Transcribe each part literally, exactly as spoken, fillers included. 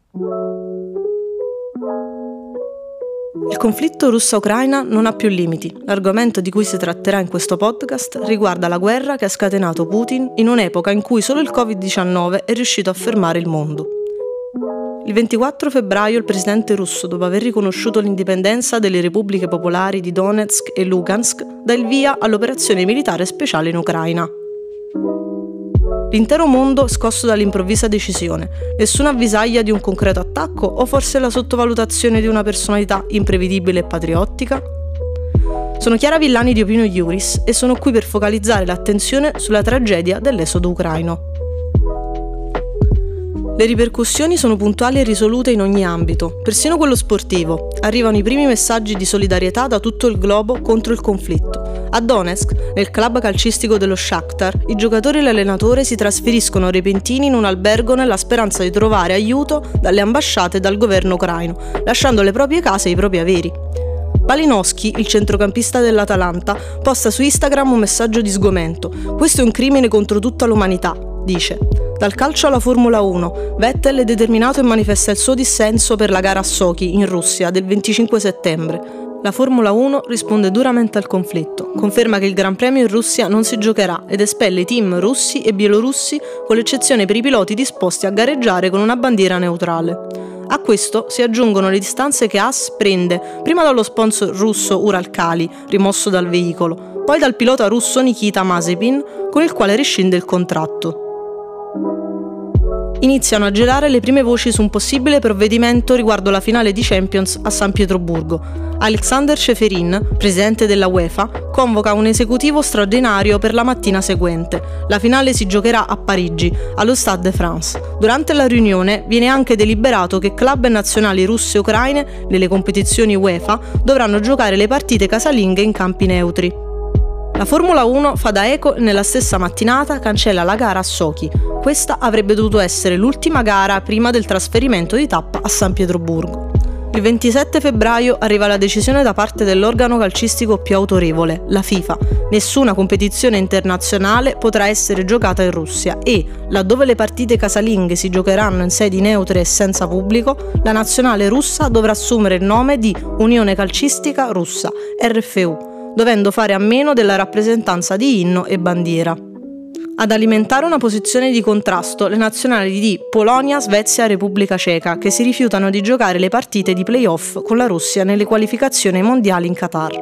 Il conflitto russo-ucraina non ha più limiti. L'argomento di cui si tratterà in questo podcast riguarda la guerra che ha scatenato Putin in un'epoca in cui solo il covid diciannove è riuscito a fermare il mondo. Il ventiquattro febbraio il presidente russo, dopo aver riconosciuto l'indipendenza delle repubbliche popolari di Donetsk e Lugansk, dà il via all'operazione militare speciale in Ucraina. L'intero mondo è scosso dall'improvvisa decisione. Nessuna avvisaglia di un concreto attacco o forse la sottovalutazione di una personalità imprevedibile e patriottica? Sono Chiara Villani di Opinio Iuris e sono qui per focalizzare l'attenzione sulla tragedia dell'esodo ucraino. Le ripercussioni sono puntuali e risolute in ogni ambito, persino quello sportivo. Arrivano i primi messaggi di solidarietà da tutto il globo contro il conflitto. A Donetsk, nel club calcistico dello Shakhtar, i giocatori e l'allenatore si trasferiscono repentini in un albergo nella speranza di trovare aiuto dalle ambasciate e dal governo ucraino, lasciando le proprie case e i propri averi. Balinowski, il centrocampista dell'Atalanta, posta su Instagram un messaggio di sgomento. Questo è un crimine contro tutta l'umanità, dice. Dal calcio alla Formula uno, Vettel è determinato e manifesta il suo dissenso per la gara a Sochi, in Russia, del venticinque settembre. La Formula uno risponde duramente al conflitto, conferma che il Gran Premio in Russia non si giocherà ed espelle i team russi e bielorussi con l'eccezione per i piloti disposti a gareggiare con una bandiera neutrale. A questo si aggiungono le distanze che Haas prende prima dallo sponsor russo Uralkali, rimosso dal veicolo, poi dal pilota russo Nikita Mazepin, con il quale rescinde il contratto. Iniziano a girare le prime voci su un possibile provvedimento riguardo la finale di Champions a San Pietroburgo. Alexander Ceferin, presidente della UEFA, convoca un esecutivo straordinario per la mattina seguente. La finale si giocherà a Parigi, allo Stade de France. Durante la riunione viene anche deliberato che club e nazionali russe e ucraine, nelle competizioni UEFA, dovranno giocare le partite casalinghe in campi neutri. La Formula uno fa da eco e nella stessa mattinata cancella la gara a Sochi. Questa avrebbe dovuto essere l'ultima gara prima del trasferimento di tappa a San Pietroburgo. Il ventisette febbraio arriva la decisione da parte dell'organo calcistico più autorevole, la FIFA. Nessuna competizione internazionale potrà essere giocata in Russia e, laddove le partite casalinghe si giocheranno in sedi neutre e senza pubblico, la nazionale russa dovrà assumere il nome di Unione Calcistica Russa, R F U, dovendo fare a meno della rappresentanza di inno e bandiera. Ad alimentare una posizione di contrasto le nazionali di Polonia, Svezia e Repubblica Ceca, che si rifiutano di giocare le partite di play-off con la Russia nelle qualificazioni mondiali in Qatar.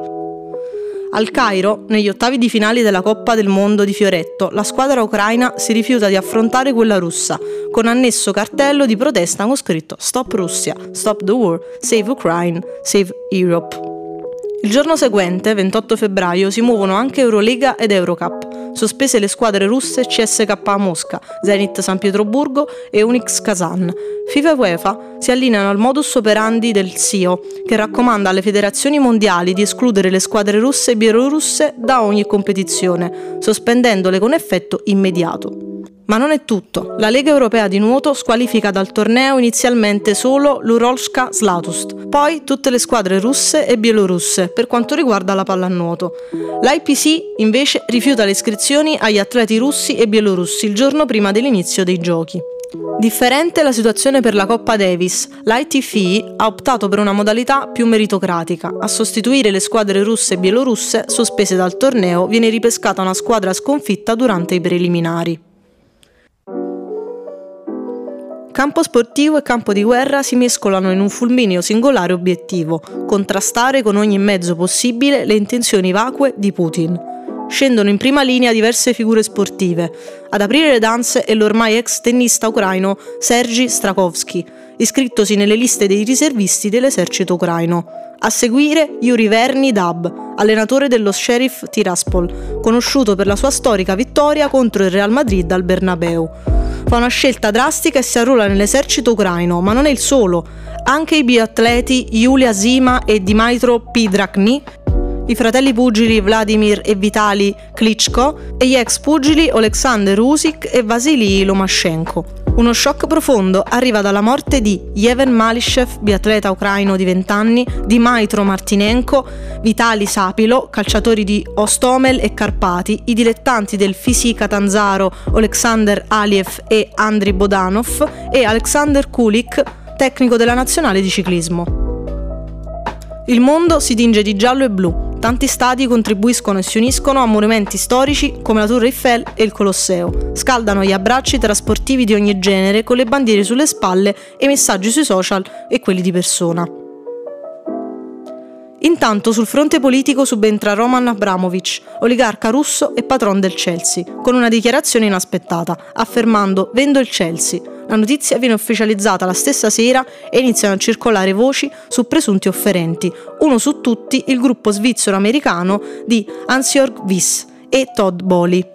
Al Cairo, negli ottavi di finale della Coppa del Mondo di Fioretto, la squadra ucraina si rifiuta di affrontare quella russa, con annesso cartello di protesta con scritto Stop Russia, Stop the War, Save Ukraine, Save Europe. Il giorno seguente, ventotto febbraio, si muovono anche Eurolega ed Eurocup, sospese le squadre russe C S K A Mosca, Zenit San Pietroburgo e Unix Kazan. FIFA e UEFA si allineano al modus operandi del S I O, che raccomanda alle federazioni mondiali di escludere le squadre russe e bielorusse da ogni competizione, sospendendole con effetto immediato. Ma non è tutto. La Lega Europea di Nuoto squalifica dal torneo inizialmente solo l'Urolska Zlatust, poi tutte le squadre russe e bielorusse per quanto riguarda la pallanuoto. L'I P C invece rifiuta le iscrizioni agli atleti russi e bielorussi il giorno prima dell'inizio dei giochi. Differente la situazione per la Coppa Davis. L'I T F I ha optato per una modalità più meritocratica. A sostituire le squadre russe e bielorusse sospese dal torneo viene ripescata una squadra sconfitta durante i preliminari. Campo sportivo e campo di guerra si mescolano in un fulmineo singolare obiettivo: contrastare con ogni mezzo possibile le intenzioni vacue di Putin. Scendono in prima linea diverse figure sportive. Ad aprire le danze è l'ormai ex tennista ucraino Sergei Strakovsky, iscrittosi nelle liste dei riservisti dell'esercito ucraino. A seguire Yuri Verny Dab, allenatore dello Sheriff Tiraspol, conosciuto per la sua storica vittoria contro il Real Madrid al Bernabeu. Fa una scelta drastica e si arruola nell'esercito ucraino, ma non è il solo. Anche i biatleti Yulia Zima e Dmytro Pidrakhny, i fratelli pugili Vladimir e Vitali Klitschko e gli ex pugili Oleksandr Usyk e Vasily Lomachenko. Uno shock profondo arriva dalla morte di Yeven Malishev, biatleta ucraino di venti anni, Dmytro Martinenko, Vitali Sapilo, calciatori di Ostomel e Karpati, i dilettanti del Fisi Catanzaro Oleksandr Aliev e Andriy Bodanov e Alexander Kulik, tecnico della nazionale di ciclismo. Il mondo si tinge di giallo e blu. Tanti stadi contribuiscono e si uniscono a monumenti storici come la Tour Eiffel e il Colosseo. Scaldano gli abbracci tra sportivi di ogni genere con le bandiere sulle spalle e i messaggi sui social e quelli di persona. Intanto sul fronte politico subentra Roman Abramovich, oligarca russo e patron del Chelsea, con una dichiarazione inaspettata, affermando «Vendo il Chelsea». La notizia viene ufficializzata la stessa sera e iniziano a circolare voci su presunti offerenti, uno su tutti il gruppo svizzero-americano di Hans-Jörg Wyss e Todd Boehly.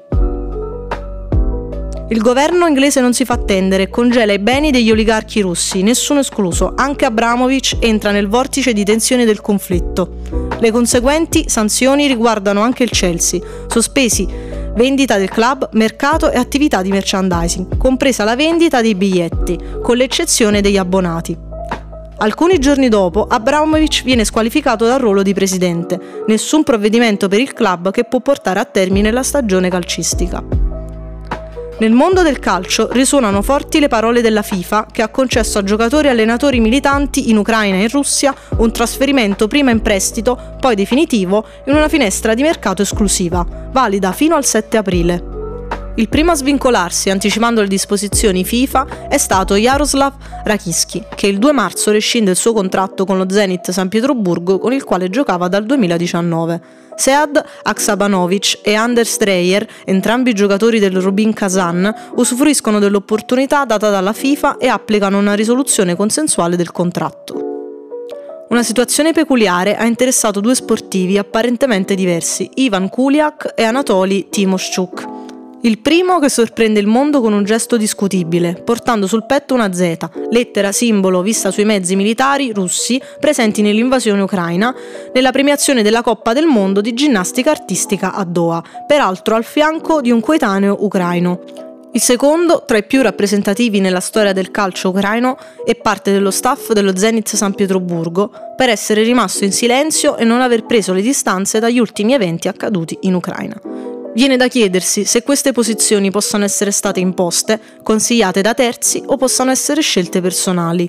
Il governo inglese non si fa attendere e congela i beni degli oligarchi russi, nessuno escluso, anche Abramovich entra nel vortice di tensione del conflitto. Le conseguenti sanzioni riguardano anche il Chelsea, sospesi vendita del club, mercato e attività di merchandising, compresa la vendita dei biglietti, con l'eccezione degli abbonati. Alcuni giorni dopo, Abramovich viene squalificato dal ruolo di presidente, nessun provvedimento per il club che può portare a termine la stagione calcistica. Nel mondo del calcio risuonano forti le parole della FIFA che ha concesso a giocatori e allenatori militanti in Ucraina e in Russia un trasferimento prima in prestito, poi definitivo, in una finestra di mercato esclusiva, valida fino al sette aprile. Il primo a svincolarsi, anticipando le disposizioni FIFA, è stato Jaroslav Rakicki, che il due marzo rescinde il suo contratto con lo Zenit San Pietroburgo, con il quale giocava dal duemiladiciannove. Sead Haksabanovic e Anders Dreyer, entrambi giocatori del Rubin Kazan, usufruiscono dell'opportunità data dalla FIFA e applicano una risoluzione consensuale del contratto. Una situazione peculiare ha interessato due sportivi apparentemente diversi, Ivan Kuliak e Anatoli Timoshchuk. Il primo che sorprende il mondo con un gesto discutibile, portando sul petto una Z, lettera simbolo vista sui mezzi militari russi presenti nell'invasione ucraina, nella premiazione della Coppa del Mondo di ginnastica artistica a Doha, peraltro al fianco di un coetaneo ucraino. Il secondo, tra i più rappresentativi nella storia del calcio ucraino, è parte dello staff dello Zenit San Pietroburgo per essere rimasto in silenzio e non aver preso le distanze dagli ultimi eventi accaduti in Ucraina. Viene da chiedersi se queste posizioni possano essere state imposte, consigliate da terzi o possano essere scelte personali.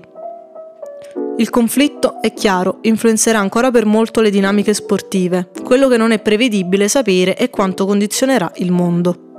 Il conflitto, è chiaro, influenzerà ancora per molto le dinamiche sportive. Quello che non è prevedibile sapere è quanto condizionerà il mondo.